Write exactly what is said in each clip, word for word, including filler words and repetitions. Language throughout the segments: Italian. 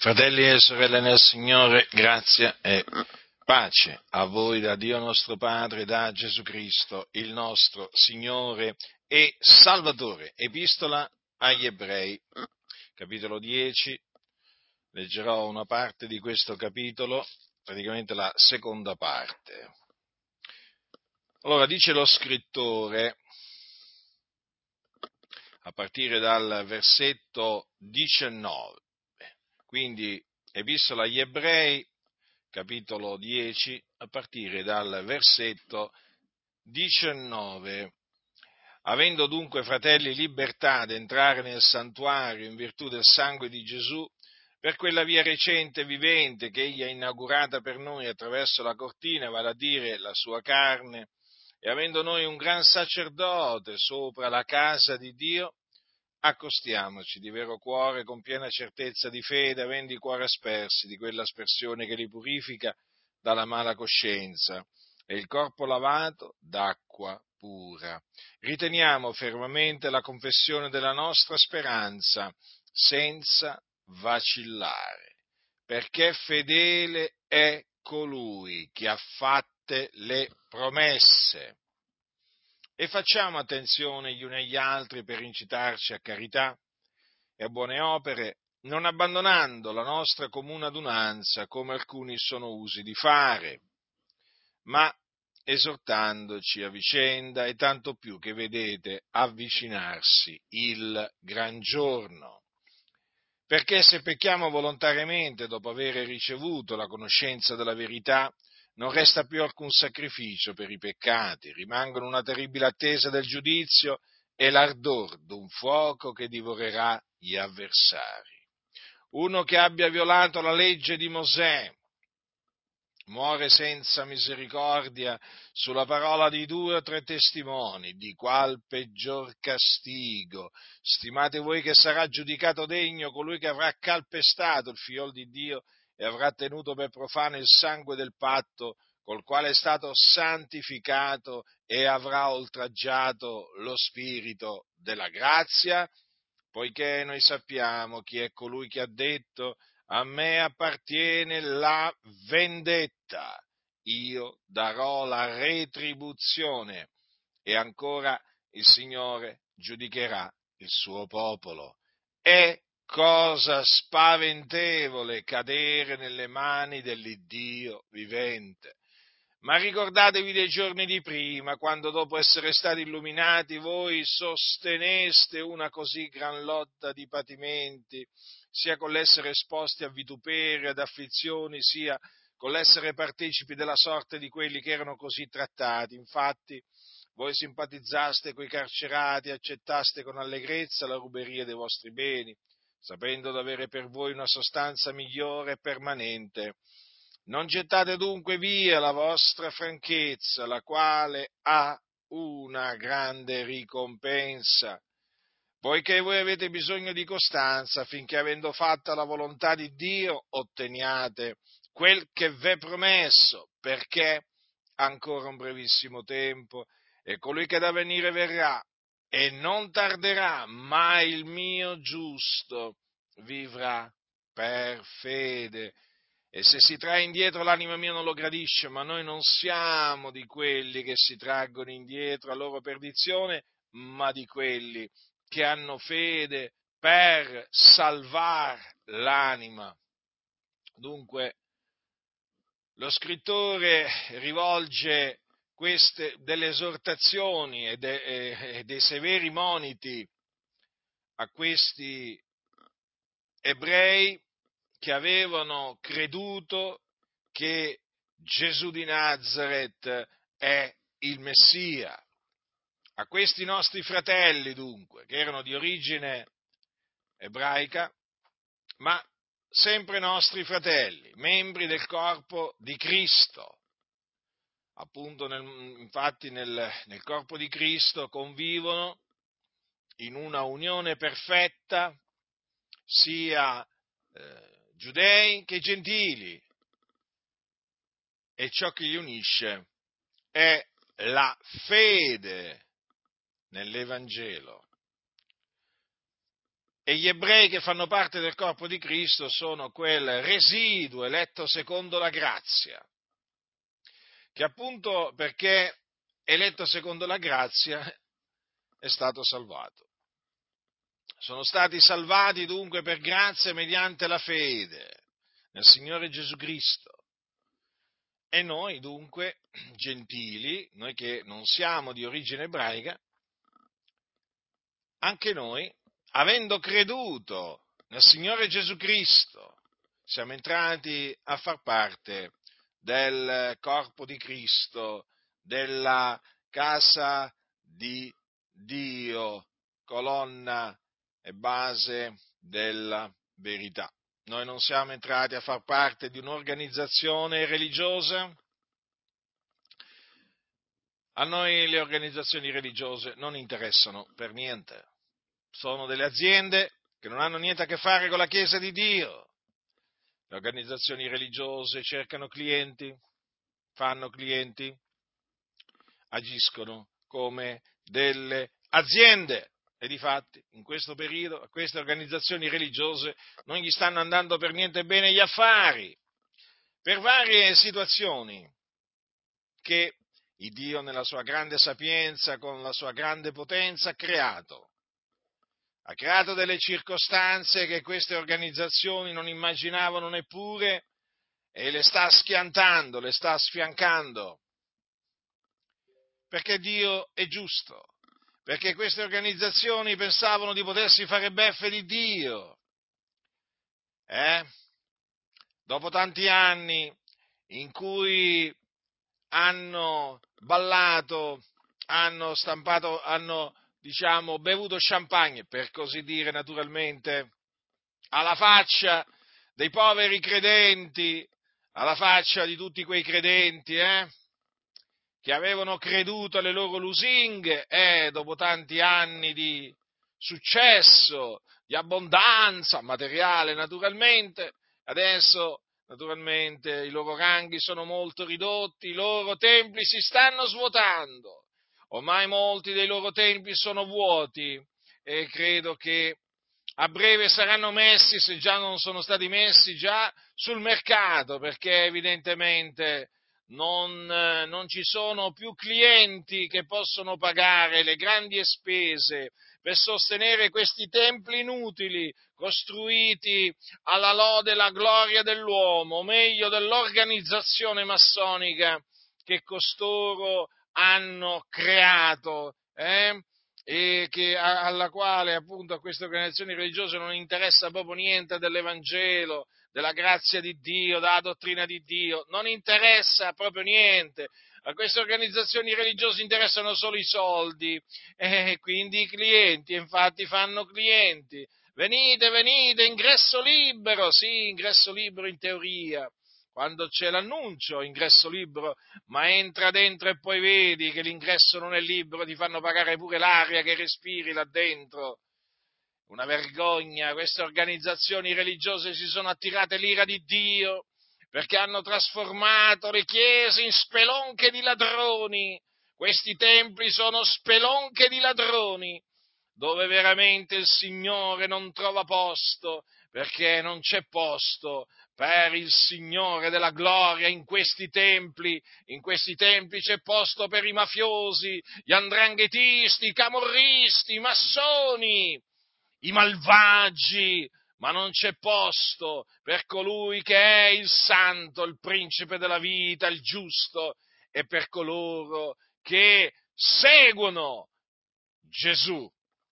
Fratelli e sorelle nel Signore, grazia e pace a voi da Dio nostro Padre, da Gesù Cristo, il nostro Signore e Salvatore. Epistola agli Ebrei, capitolo dieci. Leggerò una parte di questo capitolo, praticamente la seconda parte. Allora, dice lo scrittore, a partire dal versetto diciannove, quindi Epistola agli Ebrei, capitolo dieci, a partire dal versetto diciannove. Avendo dunque, fratelli, libertà ad entrare nel santuario in virtù del sangue di Gesù, per quella via recente e vivente che egli ha inaugurata per noi attraverso la cortina, vale a dire la sua carne, e avendo noi un gran sacerdote sopra la casa di Dio, accostiamoci di vero cuore, con piena certezza di fede, avendo i cuori aspersi di quella aspersione che li purifica dalla mala coscienza, e il corpo lavato d'acqua pura. Riteniamo fermamente la confessione della nostra speranza, senza vacillare, perché fedele è colui che ha fatte le promesse. E facciamo attenzione gli uni agli altri per incitarci a carità e a buone opere, non abbandonando la nostra comune adunanza come alcuni sono usi di fare, ma esortandoci a vicenda, e tanto più che vedete avvicinarsi il gran giorno. Perché se pecchiamo volontariamente dopo aver ricevuto la conoscenza della verità, non resta più alcun sacrificio per i peccati, rimangono una terribile attesa del giudizio e l'ardor d'un fuoco che divorerà gli avversari. Uno che abbia violato la legge di Mosè muore senza misericordia sulla parola di due o tre testimoni, di qual peggior castigo stimate voi che sarà giudicato degno colui che avrà calpestato il figliol di Dio e avrà tenuto per profano il sangue del patto col quale è stato santificato e avrà oltraggiato lo spirito della grazia? Poiché noi sappiamo chi è colui che ha detto: a me appartiene la vendetta, io darò la retribuzione. E ancora, il Signore giudicherà il suo popolo. È cosa spaventevole cadere nelle mani dell'Iddio vivente. Ma ricordatevi dei giorni di prima, quando dopo essere stati illuminati voi sosteneste una così gran lotta di patimenti, sia con l'essere esposti a vituperi, ad afflizioni, sia con l'essere partecipi della sorte di quelli che erano così trattati. Infatti, voi simpatizzaste coi carcerati e accettaste con allegrezza la ruberia dei vostri beni, sapendo d'avere per voi una sostanza migliore e permanente. Non gettate dunque via la vostra franchezza, la quale ha una grande ricompensa, poiché voi avete bisogno di costanza, affinché, avendo fatta la volontà di Dio, otteniate quel che v'è promesso, perché ancora un brevissimo tempo, e colui che da venire verrà, e non tarderà, ma il mio giusto vivrà per fede. E se si trae indietro l'anima mia non lo gradisce, ma noi non siamo di quelli che si traggono indietro a loro perdizione, ma di quelli che hanno fede per salvar l'anima. Dunque, lo scrittore rivolge queste delle esortazioni e, de, e dei severi moniti a questi ebrei che avevano creduto che Gesù di Nazaret è il Messia. A questi nostri fratelli, dunque, che erano di origine ebraica, ma sempre nostri fratelli, membri del corpo di Cristo. Appunto, nel, infatti nel, nel corpo di Cristo convivono in una unione perfetta sia eh, giudei che gentili, e ciò che li unisce è la fede nell'Evangelo. E gli ebrei che fanno parte del corpo di Cristo sono quel residuo eletto secondo la grazia, che appunto perché eletto secondo la grazia è stato salvato. Sono stati salvati dunque per grazia mediante la fede nel Signore Gesù Cristo. E noi dunque, gentili, noi che non siamo di origine ebraica, anche noi, avendo creduto nel Signore Gesù Cristo, siamo entrati a far parte del corpo di Cristo, della casa di Dio, colonna e base della verità. Noi non siamo entrati a far parte di un'organizzazione religiosa. A noi le organizzazioni religiose non interessano per niente. Sono delle aziende che non hanno niente a che fare con la Chiesa di Dio. Le organizzazioni religiose cercano clienti, fanno clienti, agiscono come delle aziende. E difatti, in questo periodo, a queste organizzazioni religiose non gli stanno andando per niente bene gli affari, per varie situazioni che il Dio nella sua grande sapienza, con la sua grande potenza, ha creato. Ha creato delle circostanze che queste organizzazioni non immaginavano neppure e le sta schiantando, le sta sfiancando. Perché Dio è giusto, perché queste organizzazioni pensavano di potersi fare beffe di Dio. Eh? Dopo tanti anni in cui hanno ballato, hanno stampato, hanno, diciamo, bevuto champagne, per così dire, naturalmente, alla faccia dei poveri credenti, alla faccia di tutti quei credenti, eh, che avevano creduto alle loro lusinghe, e eh, dopo tanti anni di successo, di abbondanza materiale, naturalmente, adesso naturalmente i loro ranghi sono molto ridotti, i loro templi si stanno svuotando, ormai molti dei loro templi sono vuoti e credo che a breve saranno messi, se già non sono stati messi, già sul mercato, perché evidentemente non, non ci sono più clienti che possono pagare le grandi spese per sostenere questi templi inutili, costruiti alla lode e alla gloria dell'uomo, o meglio dell'organizzazione massonica che costoro hanno creato, eh? E che, alla quale appunto a queste organizzazioni religiose non interessa proprio niente dell'Evangelo, della grazia di Dio, della dottrina di Dio, non interessa proprio niente. A queste organizzazioni religiose interessano solo i soldi e quindi i clienti, infatti fanno clienti. Venite, venite, ingresso libero, sì, ingresso libero in teoria, quando c'è l'annuncio, ingresso libero, ma entra dentro e poi vedi che l'ingresso non è libero, ti fanno pagare pure l'aria che respiri là dentro. Una vergogna, queste organizzazioni religiose si sono attirate l'ira di Dio perché hanno trasformato le chiese in spelonche di ladroni. Questi templi sono spelonche di ladroni, dove veramente il Signore non trova posto, perché non c'è posto per il Signore della gloria in questi templi. In questi templi c'è posto per i mafiosi, gli andranghetisti, i camorristi, i massoni, i malvagi, ma non c'è posto per colui che è il santo, il principe della vita, il giusto, e per coloro che seguono Gesù.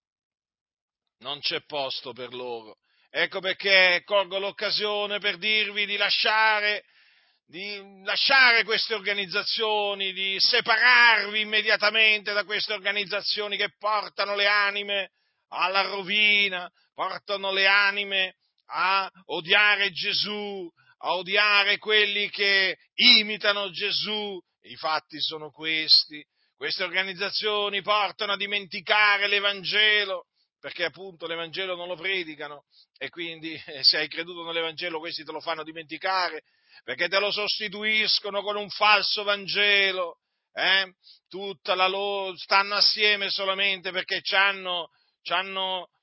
Non c'è posto per loro. Ecco perché colgo l'occasione per dirvi di lasciare, di lasciare queste organizzazioni, di separarvi immediatamente da queste organizzazioni che portano le anime alla rovina, portano le anime a odiare Gesù, a odiare quelli che imitano Gesù. I fatti sono questi. Queste organizzazioni portano a dimenticare l'Evangelo, perché appunto l'Evangelo non lo predicano e quindi eh, se hai creduto nell'Evangelo questi te lo fanno dimenticare, perché te lo sostituiscono con un falso Vangelo, eh? Tutta la loro, stanno assieme solamente perché c'hanno, c'hanno,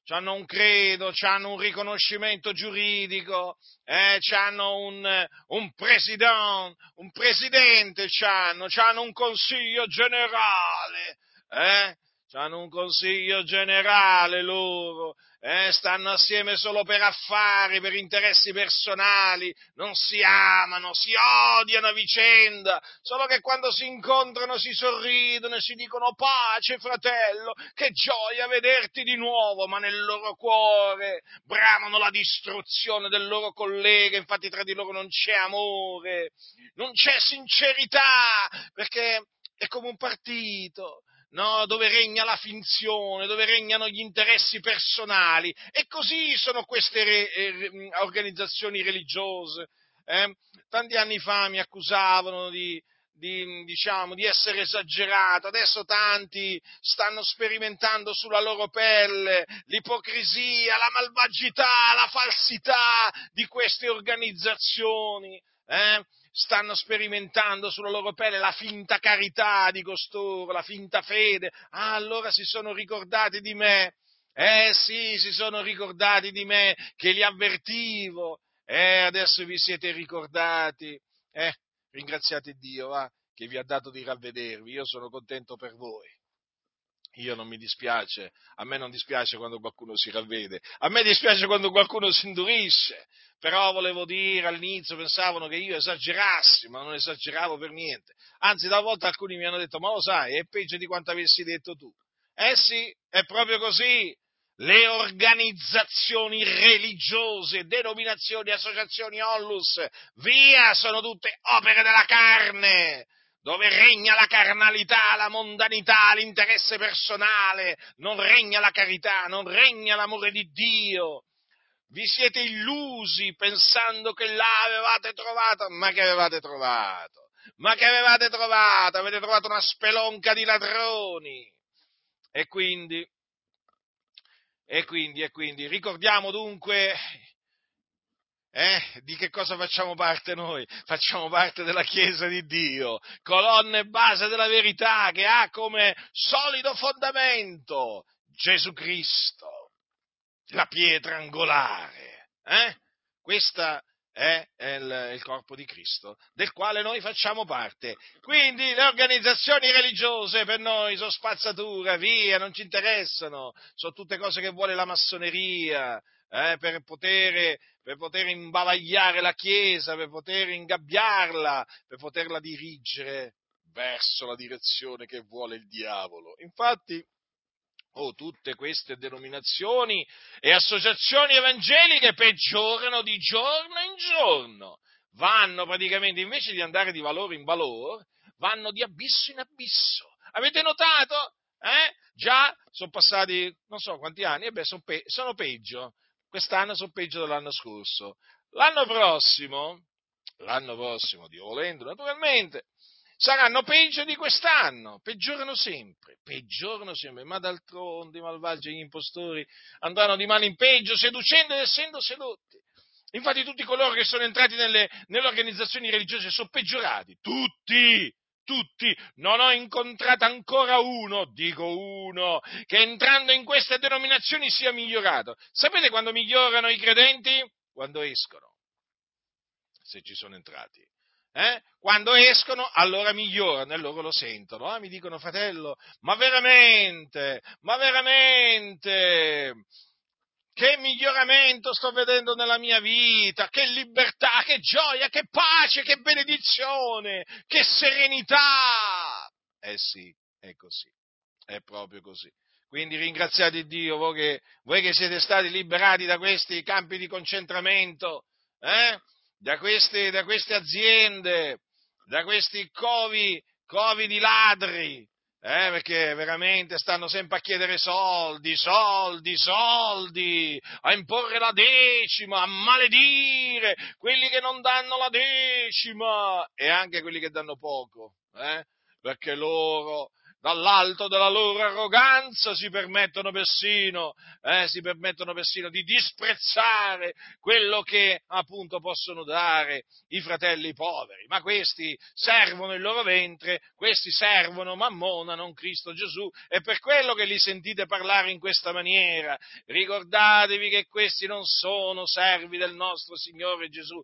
c'hanno un credo, c'hanno un riconoscimento giuridico, eh, c'hanno un, un president, un presidente, c'hanno, c'hanno un consiglio generale, eh, c'hanno un consiglio generale loro, eh, stanno assieme solo per affari, per interessi personali, non si amano, si odiano a vicenda, solo che quando si incontrano si sorridono e si dicono pace fratello, che gioia vederti di nuovo, ma nel loro cuore bramano la distruzione del loro collega, infatti tra di loro non c'è amore, non c'è sincerità, perché è come un partito. No, dove regna la finzione, dove regnano gli interessi personali, e così sono queste re, eh, organizzazioni religiose. Eh? Tanti anni fa mi accusavano di, di, diciamo, di essere esagerato, adesso tanti stanno sperimentando sulla loro pelle l'ipocrisia, la malvagità, la falsità di queste organizzazioni. Eh? Stanno sperimentando sulla loro pelle la finta carità di costoro, la finta fede. Ah, allora si sono ricordati di me. Eh sì, si sono ricordati di me, che li avvertivo. Eh, adesso vi siete ricordati. Eh, ringraziate Dio, va, che vi ha dato di ravvedervi. Io sono contento per voi. Io non mi dispiace, a me non dispiace quando qualcuno si ravvede, a me dispiace quando qualcuno si indurisce, però volevo dire all'inizio, pensavano che io esagerassi, ma non esageravo per niente, anzi da volte alcuni mi hanno detto, ma lo sai, è peggio di quanto avessi detto tu. Eh sì, è proprio così, le organizzazioni religiose, denominazioni, associazioni, onlus, via, sono tutte opere della carne, dove regna la carnalità, la mondanità, l'interesse personale, non regna la carità, non regna l'amore di Dio. Vi siete illusi pensando che là avevate trovato, ma che avevate trovato? Ma che avevate trovato? Avete trovato una spelonca di ladroni. E quindi, e quindi, e quindi, ricordiamo dunque Eh, di che cosa facciamo parte noi? Facciamo parte della Chiesa di Dio, colonna e base della verità, che ha come solido fondamento Gesù Cristo, la pietra angolare. Eh? Questa è il, il corpo di Cristo, del quale noi facciamo parte. Quindi le organizzazioni religiose per noi sono spazzatura, via, non ci interessano, sono tutte cose che vuole la massoneria, eh, per poter, per poter imbavagliare la Chiesa, per poter ingabbiarla, per poterla dirigere verso la direzione che vuole il diavolo. Infatti, oh, tutte queste denominazioni e associazioni evangeliche peggiorano di giorno in giorno, vanno praticamente, invece di andare di valore in valore, vanno di abisso in abisso. Avete notato? Eh? Già sono passati non so quanti anni, e beh, sono, pe- sono peggio, quest'anno sono peggio dell'anno scorso. L'anno prossimo, l'anno prossimo, Dio volendo, naturalmente, saranno peggio di quest'anno, peggiorano sempre, peggiorano sempre, ma d'altronde i malvagi e gli impostori andranno di male in peggio, seducendo ed essendo sedotti. Infatti tutti coloro che sono entrati nelle, nelle organizzazioni religiose sono peggiorati, tutti, tutti, non ho incontrato ancora uno, dico uno, che entrando in queste denominazioni sia migliorato. Sapete quando migliorano i credenti? Quando escono, se ci sono entrati. Eh? Quando escono, allora migliorano e loro lo sentono. Ah, mi dicono, fratello, ma veramente, ma veramente, che miglioramento sto vedendo nella mia vita, che libertà, che gioia, che pace, che benedizione, che serenità. Eh sì, è così, è proprio così. Quindi ringraziate Dio, voi che, voi che siete stati liberati da questi campi di concentramento, eh? da, queste, da queste aziende, da questi covi, covi di ladri, eh? perché veramente stanno sempre a chiedere soldi, soldi, soldi, a imporre la decima, a maledire quelli che non danno la decima e anche quelli che danno poco, eh? perché loro dall'alto della loro arroganza si permettono persino, eh, si permettono persino di disprezzare quello che appunto possono dare i fratelli poveri, ma questi servono il loro ventre, questi servono Mammona, non Cristo Gesù, è per quello che li sentite parlare in questa maniera. Ricordatevi che questi non sono servi del nostro Signore Gesù,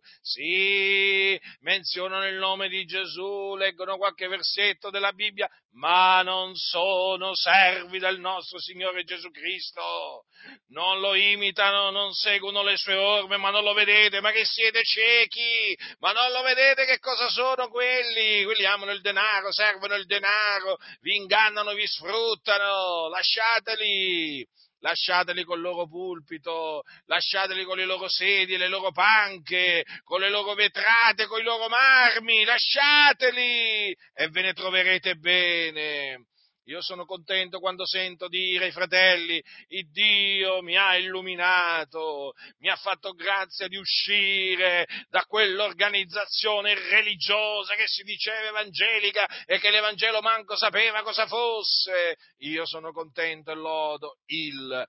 sì, menzionano il nome di Gesù, leggono qualche versetto della Bibbia, ma non sono servi del nostro Signore Gesù Cristo, non lo imitano, non seguono le sue orme, ma non lo vedete, ma che siete ciechi, ma non lo vedete che cosa sono quelli? Quelli amano il denaro, servono il denaro, vi ingannano, vi sfruttano, lasciateli. Lasciateli col loro pulpito, lasciateli con le loro sedie, le loro panche, con le loro vetrate, con i loro marmi, lasciateli e ve ne troverete bene. Io sono contento quando sento dire ai fratelli, il Dio mi ha illuminato, mi ha fatto grazia di uscire da quell'organizzazione religiosa che si diceva evangelica e che l'Evangelo manco sapeva cosa fosse. Io sono contento e lodo il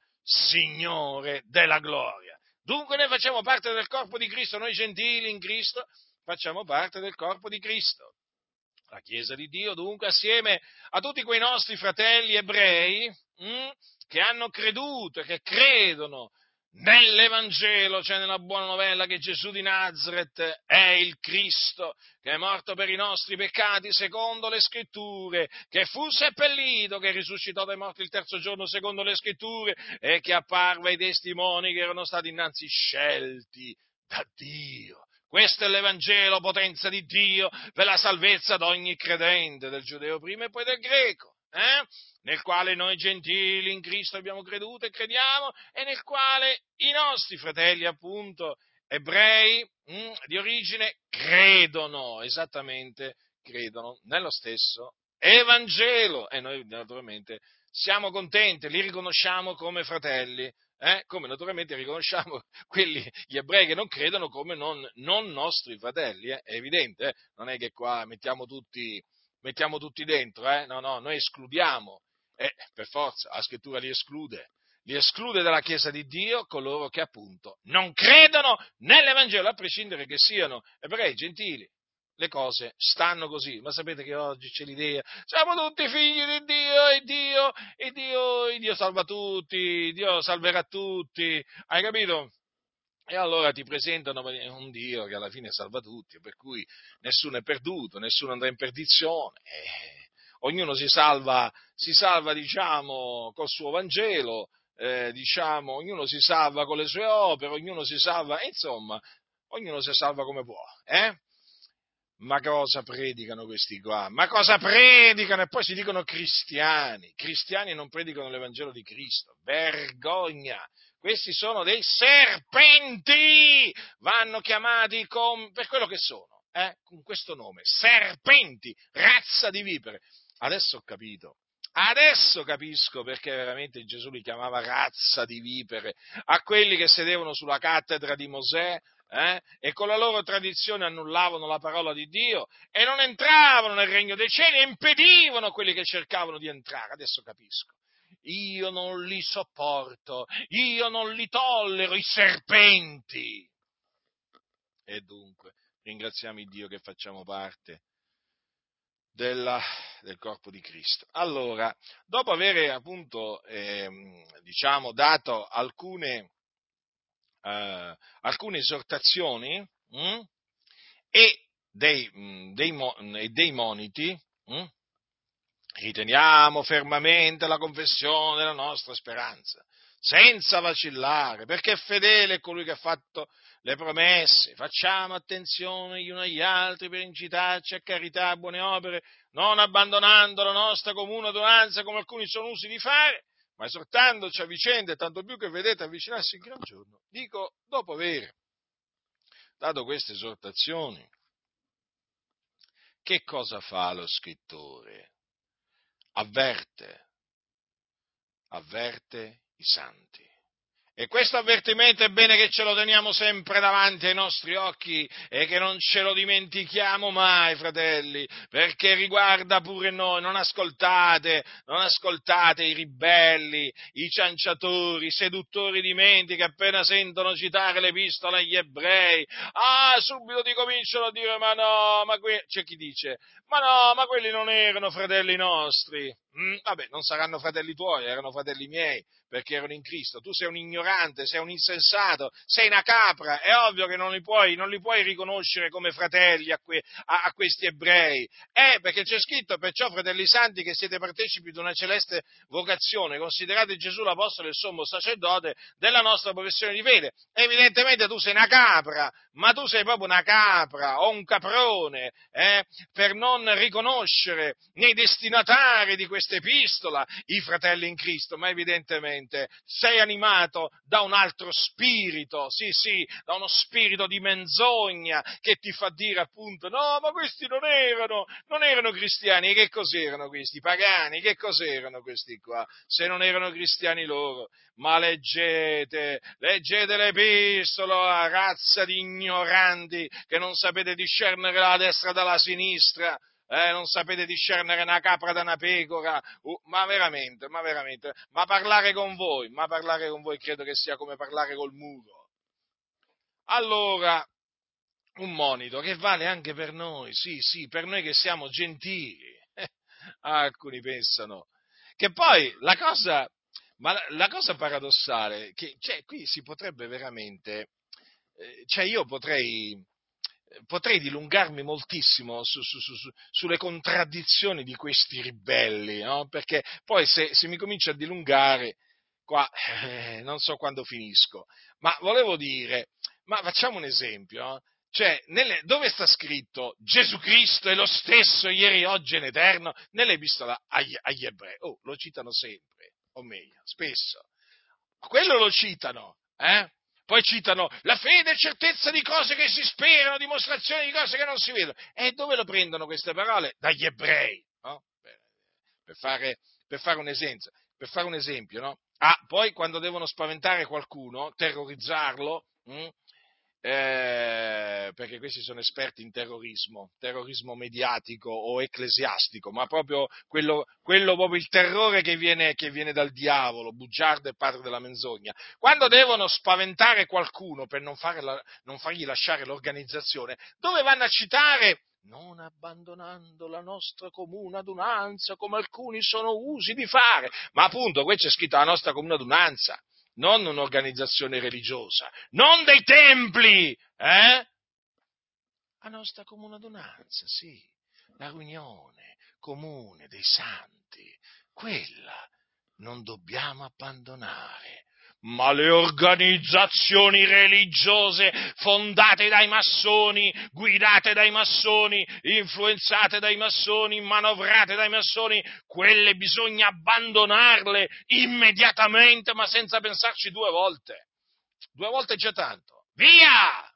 Signore della gloria. Dunque noi facciamo parte del corpo di Cristo, noi gentili in Cristo facciamo parte del corpo di Cristo. La Chiesa di Dio, dunque, assieme a tutti quei nostri fratelli ebrei mh, che hanno creduto e che credono nell'Evangelo, cioè nella buona novella che Gesù di Nazaret è il Cristo, che è morto per i nostri peccati secondo le Scritture, che fu seppellito, che risuscitò dai morti il terzo giorno secondo le Scritture e che apparve ai testimoni che erano stati innanzi scelti da Dio. Questo è l'Evangelo, potenza di Dio, per la salvezza di ogni credente, del giudeo prima e poi del greco, eh? Nel quale noi gentili in Cristo abbiamo creduto e crediamo, e nel quale i nostri fratelli, appunto, ebrei mh, di origine, credono, esattamente, credono nello stesso Evangelo. E noi naturalmente siamo contenti, li riconosciamo come fratelli. Eh, come naturalmente riconosciamo quelli, gli ebrei che non credono come non, non nostri fratelli, eh? È evidente, eh? Non è che qua mettiamo tutti, mettiamo tutti dentro, eh? No, no, noi escludiamo, eh, per forza, la scrittura li esclude, li esclude dalla Chiesa di Dio coloro che appunto non credono nell'Evangelo, a prescindere che siano ebrei, gentili. Le cose stanno così, ma sapete che oggi c'è l'idea, siamo tutti figli di Dio, e Dio, e Dio, e Dio salva tutti, Dio salverà tutti, hai capito? E allora ti presentano un Dio che alla fine salva tutti, per cui nessuno è perduto, nessuno andrà in perdizione, eh, ognuno si salva, si salva, diciamo, col suo Vangelo, eh, diciamo, ognuno si salva con le sue opere, ognuno si salva, insomma, ognuno si salva come può, eh? Ma cosa predicano questi qua? Ma cosa predicano? E poi si dicono cristiani. Cristiani non predicano l'Evangelo di Cristo. Vergogna! Questi sono dei serpenti! Vanno chiamati com- per quello che sono, eh? Con questo nome. Serpenti! Razza di vipere! Adesso ho capito. Adesso capisco perché veramente Gesù li chiamava razza di vipere a quelli che sedevano sulla cattedra di Mosè. Eh? E con la loro tradizione annullavano la parola di Dio e non entravano nel regno dei cieli e impedivano a quelli che cercavano di entrare. Adesso capisco. Io non li sopporto, io non li tollero, i serpenti. E dunque, ringraziamo il Dio che facciamo parte della, del corpo di Cristo. Allora, dopo aver appunto, ehm, diciamo, dato alcune eh, alcune esortazioni mh, e dei, mh, dei, mo, e dei moniti, mh, riteniamo fermamente la confessione della nostra speranza, senza vacillare, perché è fedele colui che ha fatto le promesse. Facciamo attenzione gli uni agli altri per incitarci a carità e buone opere, non abbandonando la nostra comune adunanza come alcuni sono usi di fare, ma esortandoci a vicenda, e tanto più che vedete avvicinarsi il gran giorno. Dico, dopo aver dato queste esortazioni, che cosa fa lo scrittore? Avverte, avverte i santi E questo avvertimento è bene che ce lo teniamo sempre davanti ai nostri occhi e che non ce lo dimentichiamo mai, fratelli, perché riguarda pure noi. Non ascoltate, non ascoltate i ribelli, i cianciatori, i seduttori di menti che appena sentono citare l'epistola agli ebrei, ah, subito ti cominciano a dire, ma no, ma que-... c'è chi dice, ma no, ma quelli non erano fratelli nostri. Mm, vabbè, non saranno fratelli tuoi, erano fratelli miei, perché erano in Cristo. Tu sei un ignorante, sei un insensato, sei una capra, è ovvio che non li puoi, non li puoi riconoscere come fratelli a, que, a, a questi ebrei. Eh, perché c'è scritto, perciò, fratelli santi, che siete partecipi di una celeste vocazione, considerate Gesù l'apostolo e il sommo sacerdote della nostra professione di fede. Evidentemente tu sei una capra, ma tu sei proprio una capra o un caprone, eh, per non riconoscere nei destinatari di questa epistola i fratelli in Cristo, ma evidentemente sei animato da un altro spirito, sì sì, da uno spirito di menzogna che ti fa dire appunto, no, ma questi non erano, non erano cristiani. E che cos'erano questi? Pagani? Che cos'erano questi qua? Se non erano cristiani loro? Ma leggete, leggete l'epistola, razza di ignoranti che non sapete discernere la destra dalla sinistra, eh, non sapete discernere una capra da una pecora, uh, ma veramente, ma veramente, ma parlare con voi, ma parlare con voi credo che sia come parlare col muro. Allora, un monito che vale anche per noi, sì, sì, per noi che siamo gentili. Alcuni pensano che poi la cosa, ma la, la cosa paradossale, che cioè, qui si potrebbe veramente, eh, cioè io potrei, potrei dilungarmi moltissimo su, su, su, su, sulle contraddizioni di questi ribelli, no? Perché poi se, se mi comincio a dilungare, qua eh, non so quando finisco, ma volevo dire, ma facciamo un esempio, no? Cioè, nelle, dove sta scritto Gesù Cristo è lo stesso ieri, oggi e in eterno? Nell'epistola agli, agli ebrei. Oh, lo citano sempre, o meglio, spesso. Quello lo citano, eh? Poi citano la fede e certezza di cose che si sperano, dimostrazione di cose che non si vedono. E dove lo prendono queste parole? Dagli ebrei, no? Per fare, per fare un esempio, per fare un esempio, no? Ah, poi quando devono spaventare qualcuno, terrorizzarlo, mh, eh, perché questi sono esperti in terrorismo, terrorismo mediatico o ecclesiastico, ma proprio quello, quello proprio il terrore che viene, che viene dal diavolo, bugiardo e padre della menzogna. Quando devono spaventare qualcuno per non, fare la, non fargli lasciare l'organizzazione, dove vanno a citare? Non abbandonando la nostra comune adunanza, come alcuni sono usi di fare. Ma appunto, qui c'è scritto la nostra comune adunanza, non un'organizzazione religiosa, non dei templi, eh? La nostra comune adunanza, sì, la riunione comune dei santi, quella non dobbiamo abbandonare. Ma le organizzazioni religiose fondate dai massoni, guidate dai massoni, influenzate dai massoni, manovrate dai massoni, quelle bisogna abbandonarle immediatamente, ma senza pensarci due volte. Due volte è già tanto. Via!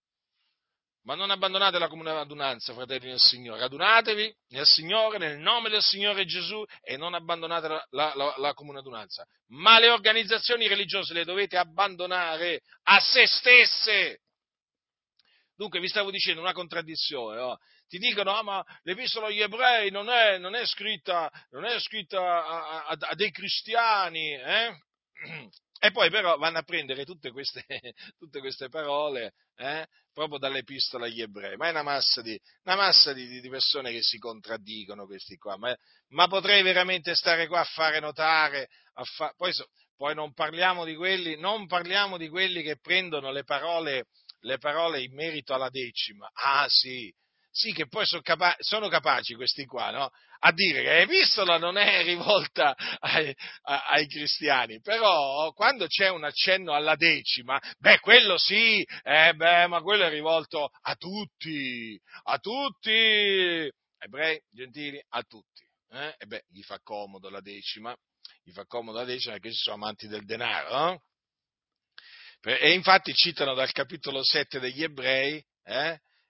Ma non abbandonate la comune adunanza, fratelli nel Signore. Adunatevi nel Signore, nel nome del Signore Gesù, e non abbandonate la, la, la, la comune adunanza. Ma le organizzazioni religiose le dovete abbandonare a se stesse. Dunque, vi stavo dicendo una contraddizione. Oh. Ti dicono, ah, ma l'epistola agli ebrei non è, non è scritta, non è scritta a, a, a dei cristiani, eh? E poi però vanno a prendere tutte queste, tutte queste parole eh, proprio dall'epistola agli ebrei. Ma è una massa di, una massa di, di persone che si contraddicono questi qua. Ma, ma potrei veramente stare qua a fare notare, a fa, poi, poi non parliamo di quelli, non parliamo di quelli che prendono le parole, le parole in merito alla decima. Ah sì, sì che poi sono, capa- sono capaci questi qua, no? A dire che l'epistola non è rivolta ai, ai cristiani, però quando c'è un accenno alla decima, beh, quello sì, eh, beh, ma quello è rivolto a tutti, a tutti, ebrei, gentili, a tutti. Eh? E beh, gli fa comodo la decima, gli fa comodo la decima perché sono amanti del denaro, eh? E infatti citano dal capitolo sette degli ebrei, eh?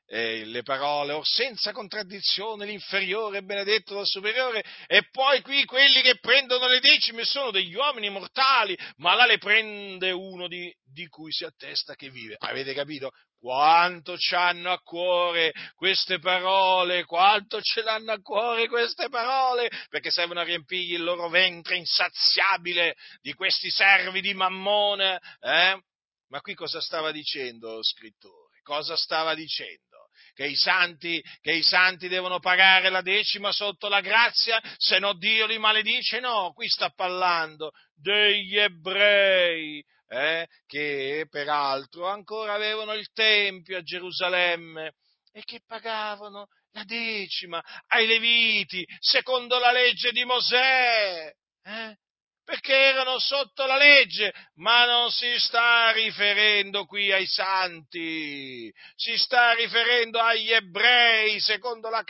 eh, le parole, or senza contraddizione l'inferiore è benedetto dal superiore, e poi qui quelli che prendono le decime sono degli uomini mortali, ma là le prende uno di, di cui si attesta che vive. Avete capito? Quanto ci hanno a cuore queste parole, quanto ce l'hanno a cuore queste parole, perché servono a riempirgli il loro ventre insaziabile di questi servi di Mammone, eh? Ma qui cosa stava dicendo lo scrittore? Cosa stava dicendo? Che i santi, che i santi devono pagare la decima sotto la grazia, se no Dio li maledice? No, qui sta parlando degli ebrei, eh, che peraltro ancora avevano il Tempio a Gerusalemme e che pagavano la decima ai Leviti, secondo la legge di Mosè, eh? Perché erano sotto la legge, ma non si sta riferendo qui ai santi, si sta riferendo agli ebrei secondo la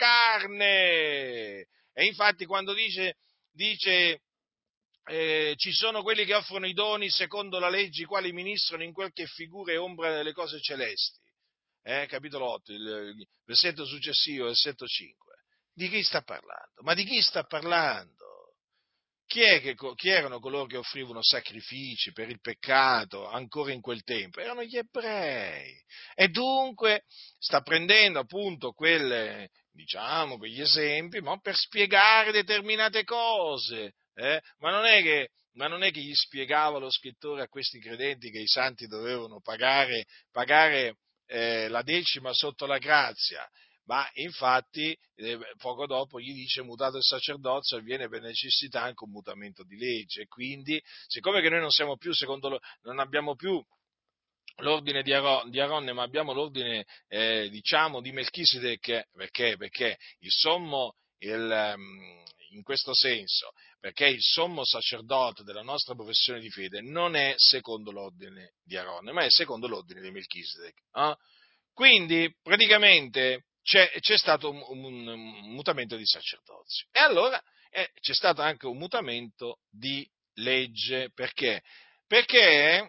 carne. E infatti quando dice, dice eh, ci sono quelli che offrono i doni secondo la legge, i quali ministrano in quel che figura e ombra delle cose celesti. Eh, capitolo otto, il, il versetto successivo, versetto cinque. Di chi sta parlando? Ma di chi sta parlando? Chi, è che, chi erano coloro che offrivano sacrifici per il peccato ancora in quel tempo? Erano gli ebrei. E dunque sta prendendo appunto quelle, diciamo, quegli esempi, ma per spiegare determinate cose. Eh? Ma, non è che, ma non è che gli spiegava lo scrittore a questi credenti che i santi dovevano pagare, pagare eh, la decima sotto la grazia. Ma infatti eh, poco dopo gli dice mutato il sacerdozio avviene per necessità anche un mutamento di legge, quindi siccome che noi non siamo più secondo lo, non abbiamo più l'ordine di, Aaron, di Aronne, ma abbiamo l'ordine eh, diciamo di Melchisedec, perché? Perché il sommo il, um, in questo senso, perché il sommo sacerdote della nostra professione di fede non è secondo l'ordine di Aronne, ma è secondo l'ordine di Melchisedec. Eh? Quindi praticamente c'è, c'è stato un, un, un mutamento di sacerdozio. E allora eh, c'è stato anche un mutamento di legge. Perché? Perché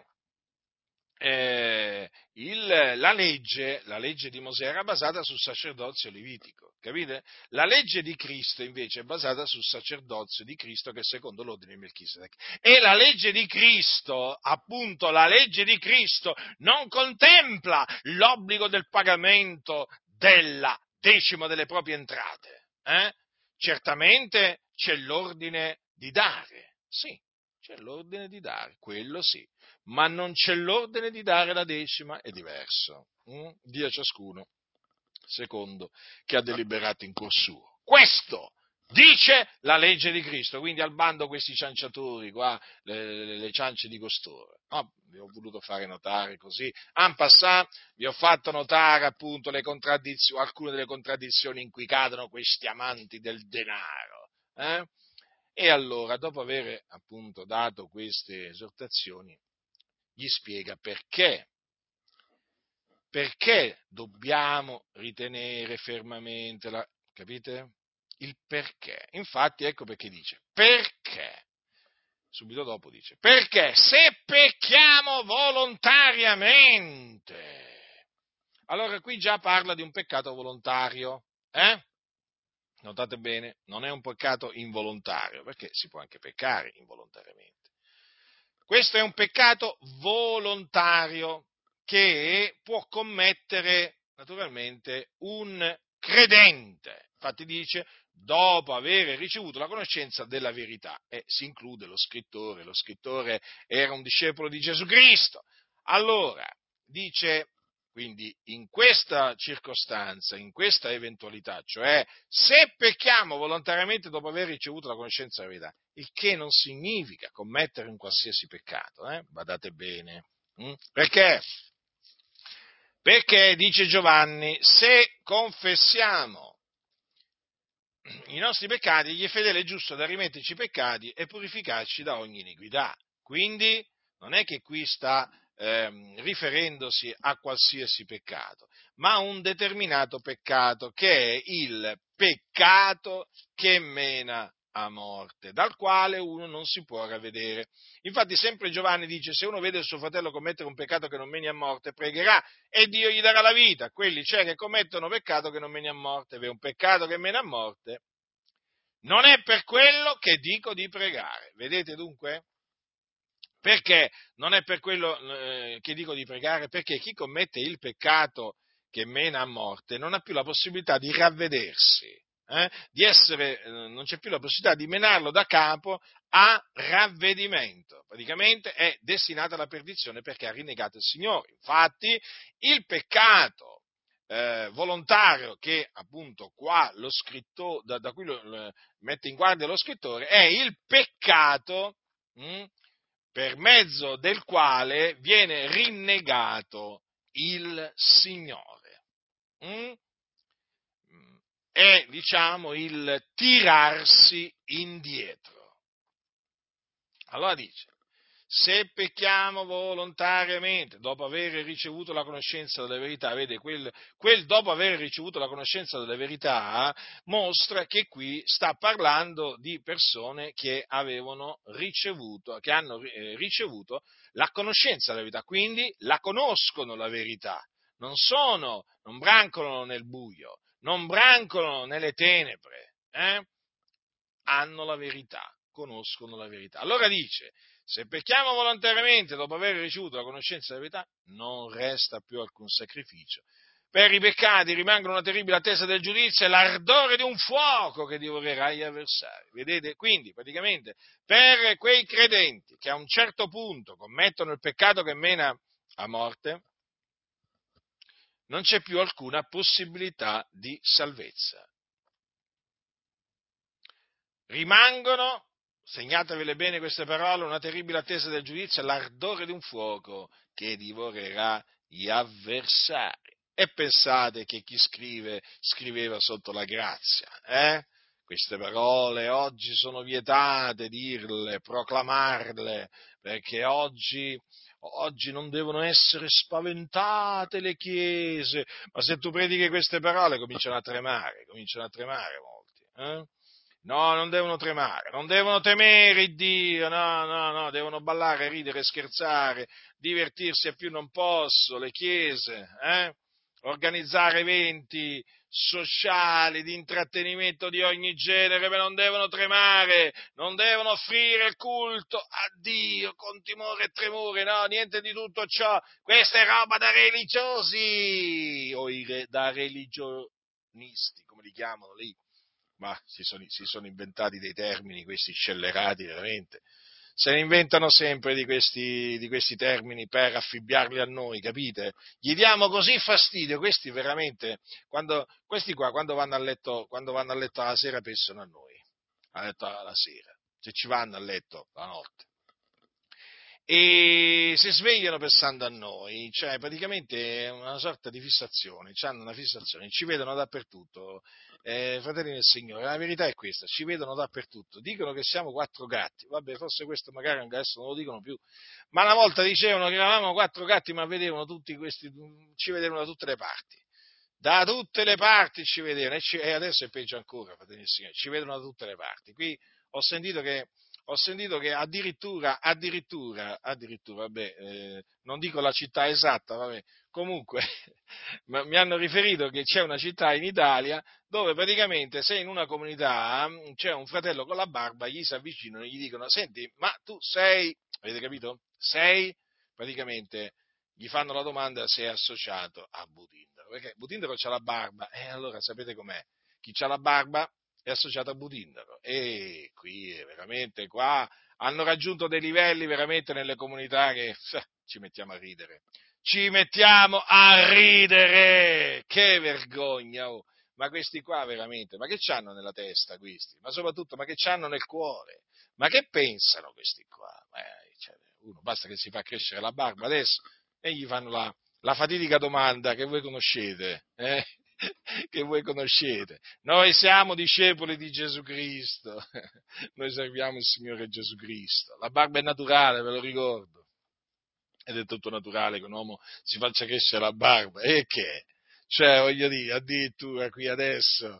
eh, il, la, legge, la legge di Mosè era basata sul sacerdozio levitico, capite? La legge di Cristo invece è basata sul sacerdozio di Cristo che è secondo l'ordine di Melchisedec. E la legge di Cristo, appunto la legge di Cristo, non contempla l'obbligo del pagamento della decima delle proprie entrate. Eh? Certamente c'è l'ordine di dare, sì, c'è l'ordine di dare, quello sì, ma non c'è l'ordine di dare la decima, è diverso. Mm? Dia a ciascuno secondo che ha deliberato in cuor suo. Questo dice la legge di Cristo, quindi al bando questi cianciatori qua, le, le, le ciance di costoro. No, vi ho voluto fare notare così. En passant, vi ho fatto notare appunto le contraddizioni, alcune delle contraddizioni in cui cadono questi amanti del denaro. Eh? E allora, dopo aver appunto dato queste esortazioni, gli spiega perché, perché dobbiamo ritenere fermamente la, capite? Il perché. Infatti, ecco perché dice, perché? Subito dopo dice, perché se pecchiamo volontariamente, allora qui già parla di un peccato volontario, eh? Notate bene, non è un peccato involontario, perché si può anche peccare involontariamente. Questo è un peccato volontario che può commettere naturalmente un credente. Infatti dice, dopo aver ricevuto la conoscenza della verità, e si include lo scrittore, lo scrittore era un discepolo di Gesù Cristo. Allora, dice, quindi in questa circostanza, in questa eventualità, cioè se pecchiamo volontariamente dopo aver ricevuto la conoscenza della verità, il che non significa commettere un qualsiasi peccato, eh? Badate bene. Mm? Perché? Perché, dice Giovanni, se confessiamo i nostri peccati, egli è fedele e giusto da rimetterci i peccati e purificarci da ogni iniquità. Quindi non è che qui sta ehm, riferendosi a qualsiasi peccato, ma a un determinato peccato che è il peccato che mena a morte, dal quale uno non si può ravvedere. Infatti sempre Giovanni dice: se uno vede il suo fratello commettere un peccato che non meni a morte, pregherà e Dio gli darà la vita. A quelli cioè che commettono peccato che non meni a morte, è un peccato che mena a morte, non è per quello che dico di pregare. Vedete dunque? Perché non è per quello eh, che dico di pregare? Perché chi commette il peccato che mena a morte non ha più la possibilità di ravvedersi, eh? di essere, eh, non c'è più la possibilità di menarlo da capo a ravvedimento. Praticamente è destinato alla perdizione perché ha rinnegato il Signore. Infatti il peccato eh, volontario che appunto qua lo scritto, da, da cui lo, lo mette in guardia lo scrittore è il peccato mh, per mezzo del quale viene rinnegato il Signore. Mm? È, diciamo, il tirarsi indietro. Allora dice: se pecchiamo volontariamente, dopo aver ricevuto la conoscenza della verità, vede, quel, quel dopo aver ricevuto la conoscenza della verità mostra che qui sta parlando di persone che avevano ricevuto, che hanno eh, ricevuto la conoscenza della verità, quindi la conoscono la verità, non sono, non brancolano nel buio, non brancolano nelle tenebre, eh? Hanno la verità, conoscono la verità. Allora dice: se pecchiamo volontariamente dopo aver ricevuto la conoscenza della verità, non resta più alcun sacrificio. Per i peccati rimangono una terribile attesa del giudizio e l'ardore di un fuoco che divorerà gli avversari. Vedete? Quindi, praticamente, per quei credenti che a un certo punto commettono il peccato che mena a morte, non c'è più alcuna possibilità di salvezza. Rimangono, segnatevele bene queste parole, una terribile attesa del giudizio e l'ardore di un fuoco che divorerà gli avversari. E pensate che chi scrive, scriveva sotto la grazia, eh? Queste parole oggi sono vietate dirle, proclamarle, perché oggi, oggi non devono essere spaventate le chiese, ma se tu predichi queste parole cominciano a tremare, cominciano a tremare molti, eh? No, non devono tremare, non devono temere Dio, no, no, no, devono ballare, ridere, scherzare, divertirsi a più non posso, le chiese, eh? Organizzare eventi sociali, di intrattenimento di ogni genere, ma non devono tremare, non devono offrire il culto a Dio con timore e tremore, no, niente di tutto ciò, questa è roba da religiosi, o i re, da religionisti, come li chiamano lì. Ma si sono, si sono inventati dei termini, questi scellerati veramente. Se ne inventano sempre di questi, di questi termini per affibbiarli a noi, capite? Gli diamo così fastidio, questi veramente, quando, questi qua quando vanno a letto, quando vanno a letto alla sera pensano a noi, a letto alla sera, se ci vanno a letto la notte. E si svegliano pensando a noi, cioè praticamente è una sorta di fissazione, hanno una fissazione, ci vedono dappertutto, eh, fratelli del Signore, la verità è questa, ci vedono dappertutto, dicono che siamo quattro gatti, vabbè forse questo magari adesso non lo dicono più, ma una volta dicevano che eravamo quattro gatti ma vedevano tutti questi, ci vedevano da tutte le parti. Da tutte le parti ci vedevano, e, ci, e adesso è peggio ancora, fratelli del Signore, ci vedono da tutte le parti. Qui ho sentito che ho sentito che addirittura, addirittura, addirittura, vabbè, eh, non dico la città esatta, vabbè, comunque mi hanno riferito che c'è una città in Italia dove praticamente se in una comunità c'è un fratello con la barba, gli si avvicinano e gli dicono: senti, ma tu sei, avete capito? Sei, praticamente gli fanno la domanda se è associato a Butindaro, perché Butindaro c'ha la barba, e allora sapete com'è? Chi c'ha la barba è associato a Butindaro, e qui è veramente qua hanno raggiunto dei livelli veramente nelle comunità che eh, ci mettiamo a ridere, ci mettiamo a ridere, che vergogna, oh. Ma questi qua veramente, ma che c'hanno nella testa questi? Ma soprattutto, ma che c'hanno nel cuore? Ma che pensano questi qua? Eh, cioè, uno basta che si fa crescere la barba adesso e gli fanno la, la fatidica domanda che voi conoscete, eh? che voi conoscete. Noi siamo discepoli di Gesù Cristo, noi serviamo il Signore Gesù Cristo. La barba è naturale, ve lo ricordo, ed è tutto naturale che un uomo si faccia crescere la barba, e che? Cioè, voglio dire, addirittura qui adesso,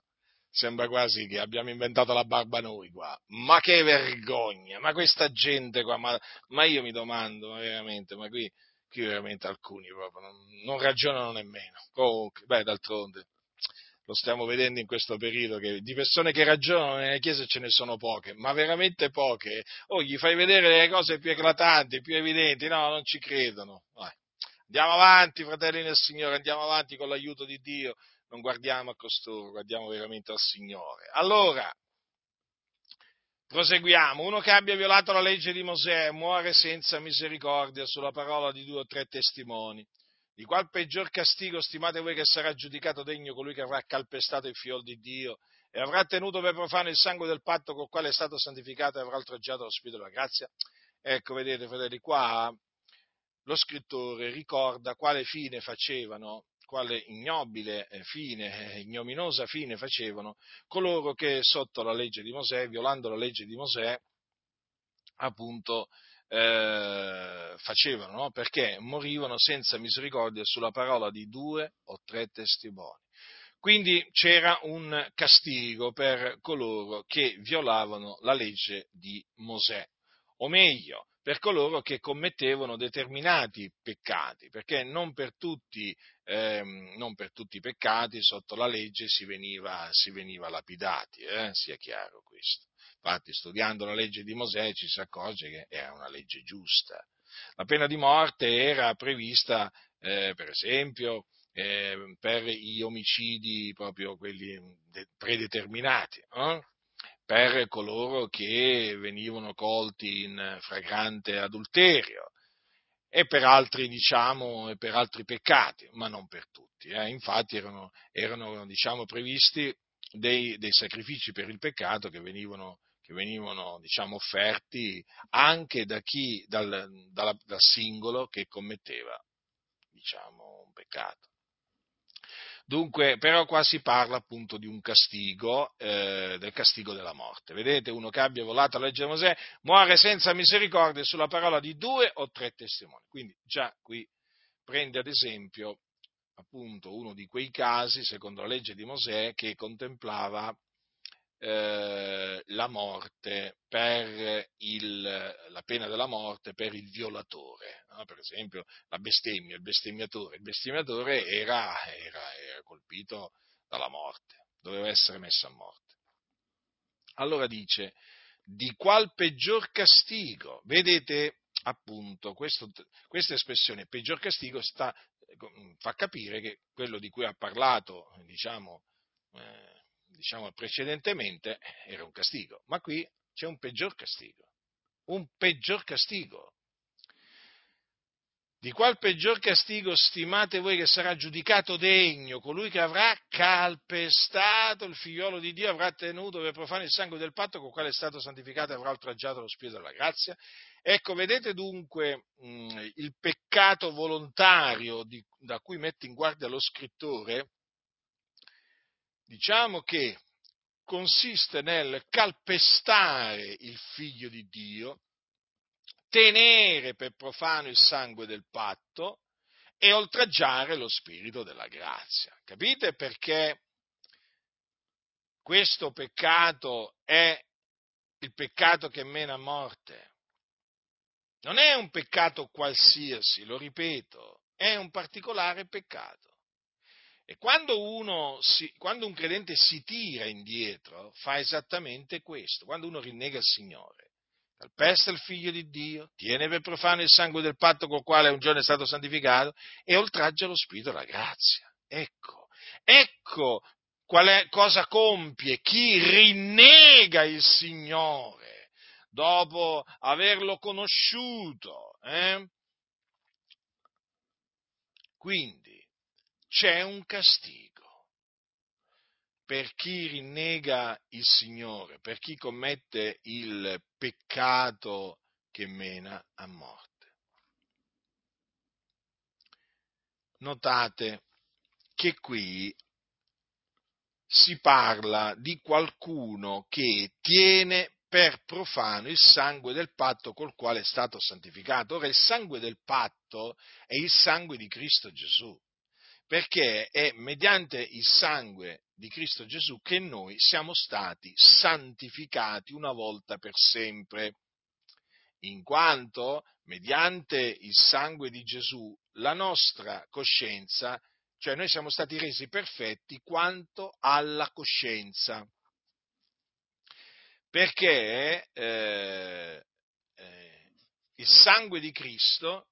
Sembra quasi che abbiamo inventato la barba noi qua. Ma che vergogna! Ma questa gente qua, ma, ma io mi domando, ma veramente, ma qui, qui veramente alcuni proprio non, non ragionano nemmeno. Comunque, beh, d'altronde, lo stiamo vedendo in questo periodo che di persone che ragionano nelle chiese ce ne sono poche, ma veramente poche. Oh, gli fai vedere le cose più eclatanti, più evidenti, no, non ci credono. Vai. Andiamo avanti, fratelli nel Signore, andiamo avanti con l'aiuto di Dio. Non guardiamo a costoro, guardiamo veramente al Signore. Allora, proseguiamo. Uno che abbia violato la legge di Mosè muore senza misericordia sulla parola di due o tre testimoni. Di qual peggior castigo stimate voi che sarà giudicato degno colui che avrà calpestato il figlio di Dio e avrà tenuto per profano il sangue del patto col quale è stato santificato e avrà oltraggiato lo Spirito della grazia? Ecco, vedete, fratelli, qua lo scrittore ricorda quale fine facevano, quale ignobile fine, eh, ignominosa fine facevano coloro che sotto la legge di Mosè, violando la legge di Mosè, appunto eh, facevano, no? Perché morivano senza misericordia sulla parola di due o tre testimoni. Quindi c'era un castigo per coloro che violavano la legge di Mosè, o meglio, per coloro che commettevano determinati peccati, perché non per tutti, ehm, non per tutti i peccati sotto la legge si veniva, si veniva lapidati, eh? Sia chiaro questo. Infatti, studiando la legge di Mosè ci si accorge che era una legge giusta. La pena di morte era prevista, eh, per esempio, eh, per gli omicidi proprio quelli predeterminati, eh? Per coloro che venivano colti in fragrante adulterio e per altri, diciamo, e per altri peccati, ma non per tutti. Eh? Infatti erano, erano diciamo, previsti dei, dei sacrifici per il peccato che venivano, che venivano diciamo, offerti anche da chi, dal, dalla, dal singolo che commetteva, diciamo, un peccato. Dunque, però qua si parla appunto di un castigo, eh, del castigo della morte. Vedete, uno che abbia violato la legge di Mosè muore senza misericordia sulla parola di due o tre testimoni. Quindi già qui prende ad esempio appunto uno di quei casi, secondo la legge di Mosè, che contemplava eh, la morte per il, la pena della morte per il violatore, no? Per esempio la bestemmia, il bestemmiatore, il bestemmiatore era, era, era colpito dalla morte, doveva essere messo a morte. Allora dice, di qual peggior castigo? Vedete appunto, questo, questa espressione peggior castigo sta, fa capire che quello di cui ha parlato, diciamo, eh, diciamo precedentemente era un castigo, ma qui c'è un peggior castigo, un peggior castigo. Di qual peggior castigo stimate voi che sarà giudicato degno colui che avrà calpestato il figliolo di Dio, avrà tenuto per profano il sangue del patto con il quale è stato santificato e avrà oltraggiato lo Spirito della grazia? Ecco, vedete dunque mh, il peccato volontario di, da cui mette in guardia lo scrittore, diciamo che consiste nel calpestare il figlio di Dio, tenere per profano il sangue del patto e oltraggiare lo spirito della grazia. Capite perché questo peccato è il peccato che mena a morte? Non è un peccato qualsiasi, lo ripeto, è un particolare peccato. E quando, uno si, quando un credente si tira indietro, fa esattamente questo. Quando uno rinnega il Signore, calpesta il Figlio di Dio, tiene per profano il sangue del patto col quale un giorno è stato santificato e oltraggia lo Spirito della grazia. Ecco, ecco qual è, cosa compie chi rinnega il Signore dopo averlo conosciuto. Eh? Quindi c'è un castigo per chi rinnega il Signore, per chi commette il peccato che mena a morte. Notate che qui si parla di qualcuno che tiene per profano il sangue del patto col quale è stato santificato. Ora il sangue del patto è il sangue di Cristo Gesù, perché è mediante il sangue di Cristo Gesù che noi siamo stati santificati una volta per sempre, in quanto mediante il sangue di Gesù la nostra coscienza, cioè noi siamo stati resi perfetti quanto alla coscienza, perché eh, eh, il sangue di Cristo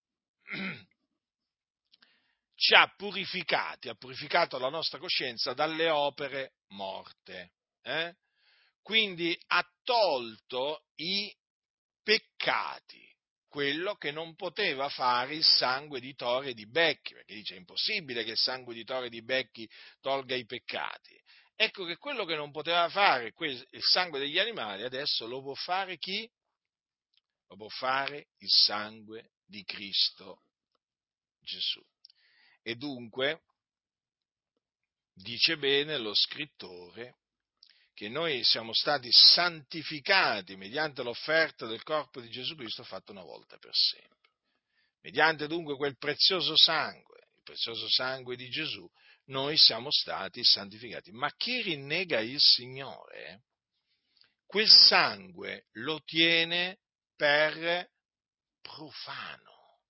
ci ha purificati, ha purificato la nostra coscienza dalle opere morte. Eh? Quindi ha tolto i peccati, quello che non poteva fare il sangue di toro e di becchi, perché dice è impossibile che il sangue di toro e di becchi tolga i peccati. Ecco che quello che non poteva fare il sangue degli animali, adesso lo può fare chi? Lo può fare il sangue di Cristo Gesù. E dunque dice bene lo scrittore che noi siamo stati santificati mediante l'offerta del corpo di Gesù Cristo fatto una volta per sempre. Mediante dunque quel prezioso sangue, il prezioso sangue di Gesù, noi siamo stati santificati. Ma chi rinnega il Signore, quel sangue lo tiene per profano.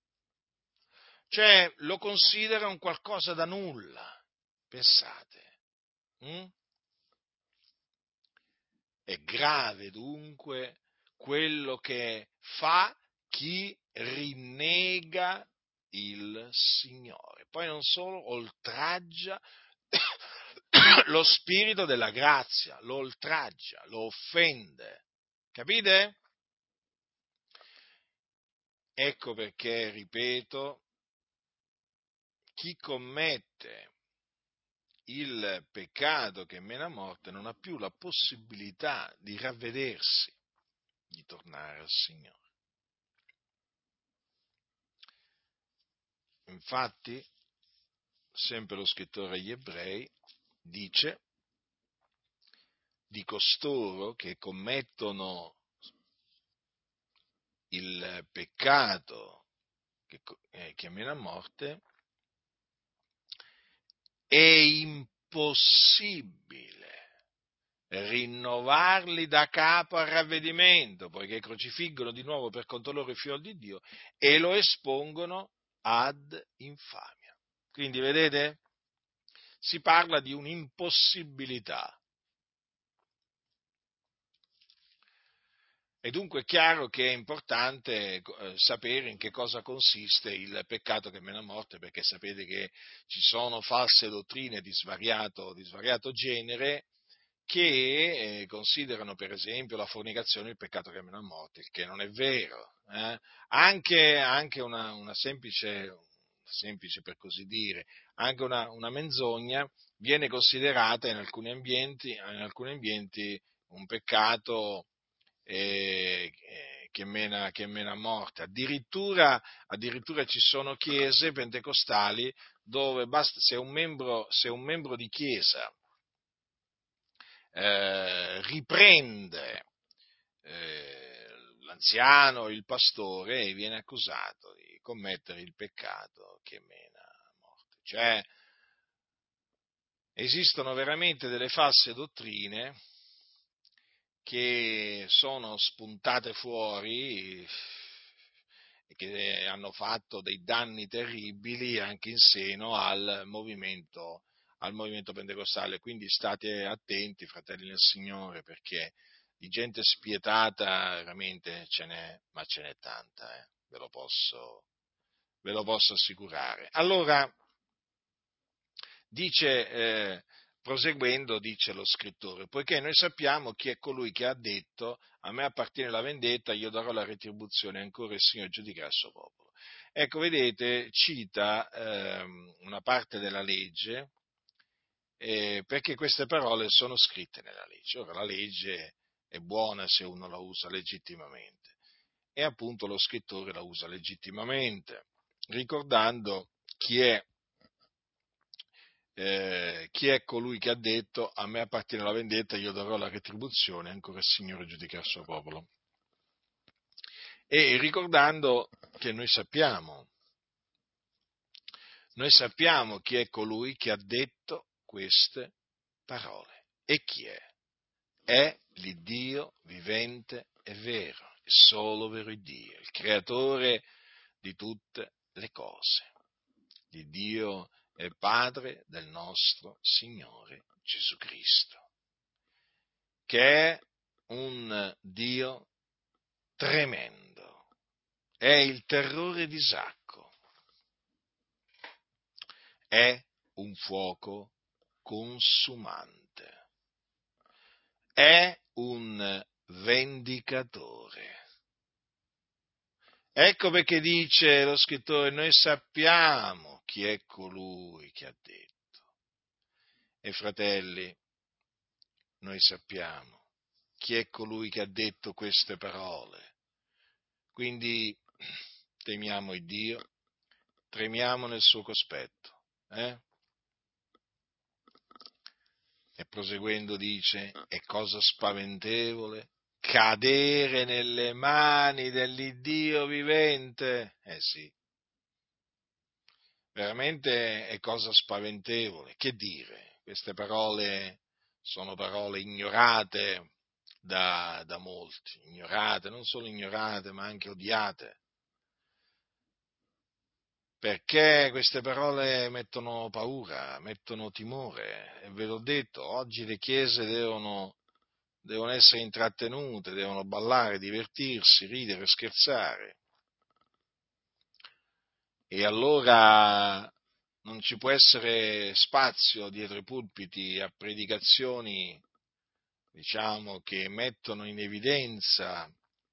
Cioè lo considera un qualcosa da nulla. Pensate. Mm? È grave dunque quello che fa chi rinnega il Signore. Poi non solo, oltraggia lo spirito della grazia, lo oltraggia, lo offende. Capite? Ecco perché, ripeto, chi commette il peccato che mena a morte non ha più la possibilità di ravvedersi, di tornare al Signore. Infatti, sempre lo scrittore agli Ebrei dice di costoro che commettono il peccato che, eh, che mena a morte, è impossibile rinnovarli da capo al ravvedimento, poiché crocifiggono di nuovo per conto loro il figlio di Dio e lo espongono ad infamia. Quindi vedete? Si parla di un'impossibilità. E dunque è chiaro che è importante eh, sapere in che cosa consiste il peccato che mena a morte, perché sapete che ci sono false dottrine di svariato, di svariato genere che eh, considerano per esempio la fornicazione il peccato che mena a morte, il che non è vero. Eh? Anche, anche una, una semplice, semplice per così dire, anche una, una menzogna viene considerata in alcuni ambienti, in alcuni ambienti un peccato eh, che, mena, che mena a morte. Addirittura, addirittura ci sono chiese pentecostali dove basta, se un membro, se un membro di chiesa eh, riprende eh, l'anziano, il pastore, e viene accusato di commettere il peccato che mena a morte. Cioè, esistono veramente delle false dottrine che sono spuntate fuori e che hanno fatto dei danni terribili anche in seno al movimento, al movimento pentecostale. Quindi state attenti, fratelli nel Signore, perché di gente spietata veramente ce n'è, ma ce n'è tanta, eh? ve lo posso, ve lo posso assicurare. Allora, dice, eh, proseguendo, dice lo scrittore, poiché noi sappiamo chi è colui che ha detto a me appartiene la vendetta, io darò la retribuzione, ancora il Signore giudicherà il suo popolo. Ecco, vedete, cita ehm, una parte della legge, eh, perché queste parole sono scritte nella legge. Ora, la legge è buona se uno la usa legittimamente, e appunto lo scrittore la usa legittimamente, ricordando chi è Eh, chi è colui che ha detto a me appartiene la vendetta, io darò la retribuzione, ancora il Signore giudicherà il suo popolo. E ricordando che noi sappiamo, noi sappiamo chi è colui che ha detto queste parole. E chi è? È l'Iddio vivente e vero, il solo vero Dio, il creatore di tutte le cose. L'Iddio è Padre del nostro Signore Gesù Cristo, che è un Dio tremendo, è il terrore di Isacco, è un fuoco consumante, è un vendicatore. Ecco perché dice lo scrittore: noi sappiamo chi è colui che ha detto. E fratelli, noi sappiamo chi è colui che ha detto queste parole. Quindi temiamo il Dio, tremiamo nel suo cospetto. Eh? E proseguendo dice: è cosa spaventevole cadere nelle mani dell'Iddio vivente. Eh sì, veramente è cosa spaventevole. Che dire? Queste parole sono parole ignorate da, da molti, ignorate, non solo ignorate, ma anche odiate. Perché queste parole mettono paura, mettono timore. E ve l'ho detto, oggi le chiese devono, devono essere intrattenute, devono ballare, divertirsi, ridere, scherzare. E allora non ci può essere spazio dietro i pulpiti a predicazioni, diciamo, che mettono in evidenza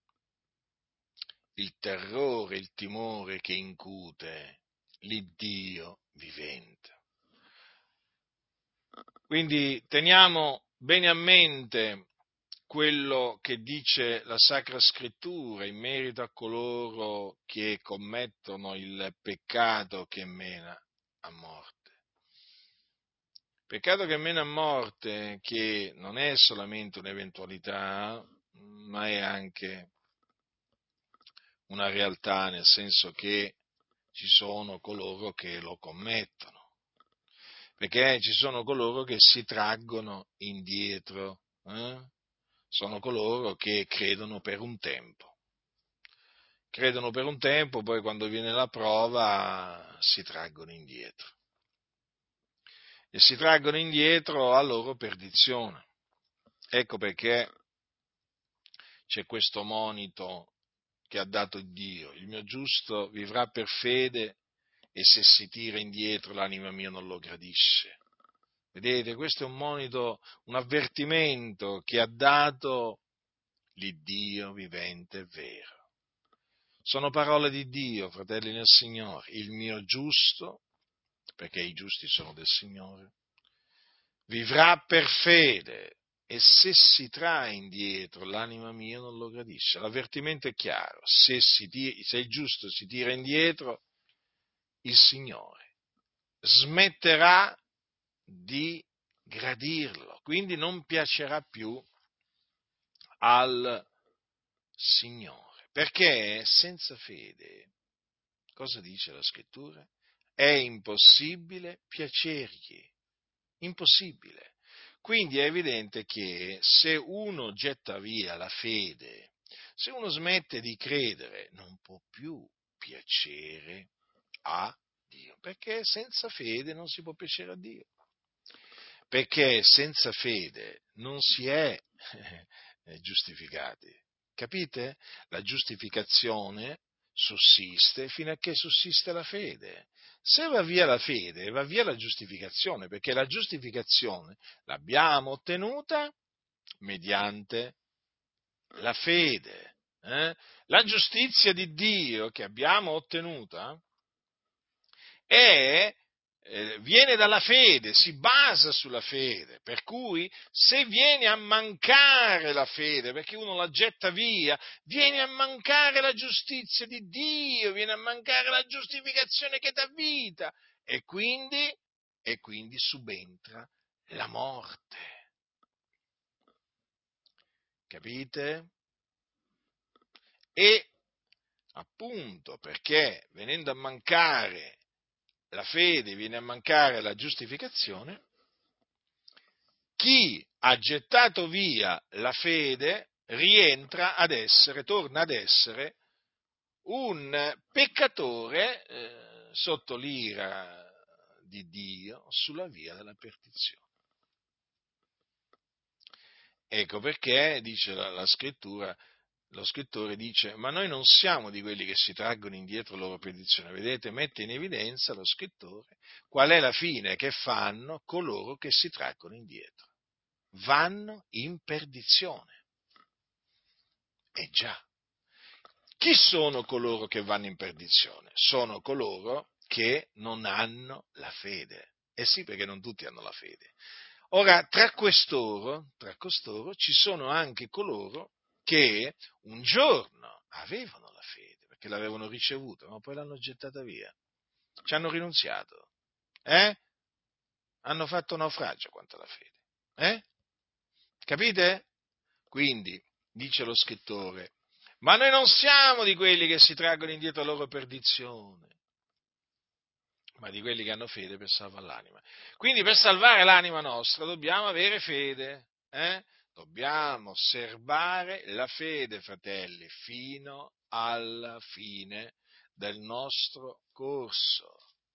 il terrore, il timore che incute l'Iddio vivente. Quindi teniamo bene a mente quello che dice la Sacra Scrittura in merito a coloro che commettono il peccato che mena a morte. Peccato che mena a morte, che non è solamente un'eventualità, ma è anche una realtà, nel senso che ci sono coloro che lo commettono. Perché ci sono coloro che si traggono indietro, eh? Sono coloro che credono per un tempo, credono per un tempo, poi quando viene la prova si traggono indietro, e si traggono indietro a loro perdizione. Ecco perché c'è questo monito che ha dato Dio: il mio giusto vivrà per fede, e se si tira indietro l'anima mia non lo gradisce. Vedete, questo è un monito, un avvertimento che ha dato l'Iddio vivente e vero. Sono parole di Dio, fratelli nel Signore. Il mio giusto, perché i giusti sono del Signore, vivrà per fede, e se si trae indietro l'anima mia non lo gradisce. L'avvertimento è chiaro: se, si tira, se il giusto si tira indietro, il Signore smetterà di gradirlo, quindi non piacerà più al Signore, perché senza fede, cosa dice la Scrittura? È impossibile piacergli, impossibile. Quindi è evidente che se uno getta via la fede, se uno smette di credere, non può più piacere a Dio, perché senza fede non si può piacere a Dio. Perché senza fede non si è eh, giustificati. Capite? La giustificazione sussiste fino a che sussiste la fede. Se va via la fede, va via la giustificazione, perché la giustificazione l'abbiamo ottenuta mediante la fede. Eh? La giustizia di Dio che abbiamo ottenuta è Eh, viene dalla fede, si basa sulla fede, per cui se viene a mancare la fede, perché uno la getta via, viene a mancare la giustizia di Dio, viene a mancare la giustificazione che dà vita, e quindi, e quindi subentra la morte. Capite? E appunto perché venendo a mancare la fede, viene a mancare la giustificazione, chi ha gettato via la fede rientra ad essere, torna ad essere un peccatore eh, sotto l'ira di Dio sulla via della perdizione. Ecco perché, dice la, la scrittura, lo scrittore dice, ma noi non siamo di quelli che si traggono indietro la loro perdizione. Vedete, mette in evidenza lo scrittore qual è la fine che fanno coloro che si traggono indietro. Vanno in perdizione. Eh già. Chi sono coloro che vanno in perdizione? Sono coloro che non hanno la fede. Eh sì, perché non tutti hanno la fede. Ora, tra costoro, tra costoro ci sono anche coloro che un giorno avevano la fede, perché l'avevano ricevuta, ma poi l'hanno gettata via. Ci hanno rinunziato. Eh? Hanno fatto naufragio quanto alla fede. Eh? Capite? Quindi, dice lo scrittore, ma noi non siamo di quelli che si traggono indietro la loro perdizione, ma di quelli che hanno fede per salvare l'anima. Quindi per salvare l'anima nostra dobbiamo avere fede, eh? Dobbiamo serbare la fede, fratelli, fino alla fine del nostro corso.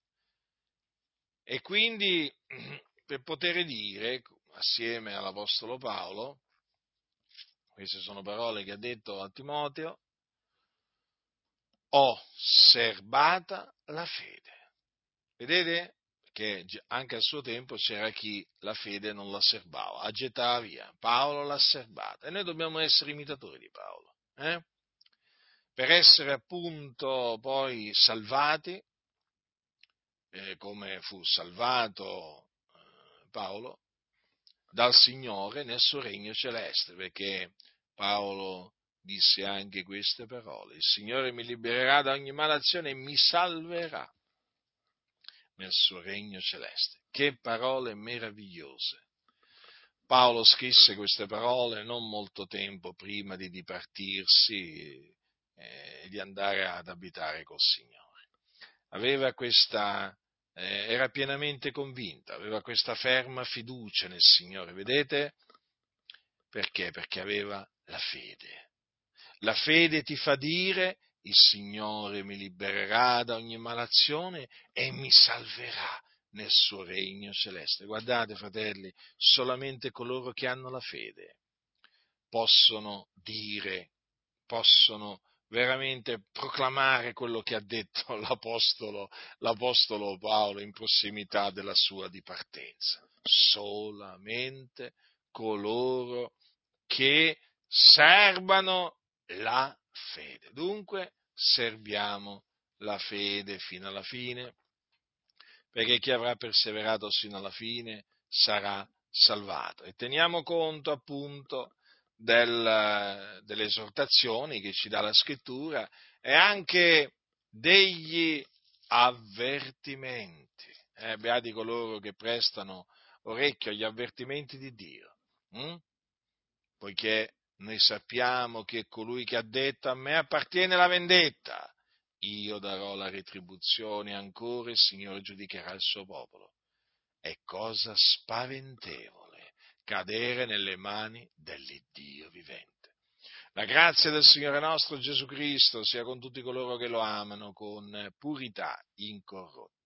E quindi, per poter dire, assieme all'Apostolo Paolo, queste sono parole che ha detto a Timoteo, ho serbata la fede. Vedete? Perché anche al suo tempo c'era chi la fede non la serbava, la gettava via. Paolo l'ha serbata. E noi dobbiamo essere imitatori di Paolo. Eh? Per essere appunto poi salvati, eh, come fu salvato eh, Paolo, dal Signore nel suo regno celeste, perché Paolo disse anche queste parole: il Signore mi libererà da ogni malazione e mi salverà nel suo regno celeste. Che parole meravigliose! Paolo scrisse queste parole non molto tempo prima di dipartirsi e di andare ad abitare col Signore. Aveva questa, eh, era pienamente convinta, aveva questa ferma fiducia nel Signore, vedete? Perché? Perché aveva la fede. La fede ti fa dire: il Signore mi libererà da ogni malazione e mi salverà nel suo regno celeste. Guardate, fratelli, solamente coloro che hanno la fede possono dire, possono veramente proclamare quello che ha detto l'Apostolo, l'Apostolo Paolo in prossimità della sua dipartenza. Solamente coloro che serbano la fede. Dunque, serbiamo la fede fino alla fine, perché chi avrà perseverato fino alla fine sarà salvato. E teniamo conto appunto del, delle esortazioni che ci dà la Scrittura e anche degli avvertimenti. Eh, beati coloro che prestano orecchio agli avvertimenti di Dio, hm? Poiché noi sappiamo che colui che ha detto: a me appartiene la vendetta, io darò la retribuzione, ancora il Signore giudicherà il suo popolo. È cosa spaventevole cadere nelle mani dell'Iddio vivente. La grazia del Signore nostro Gesù Cristo sia con tutti coloro che lo amano con purità incorrotta.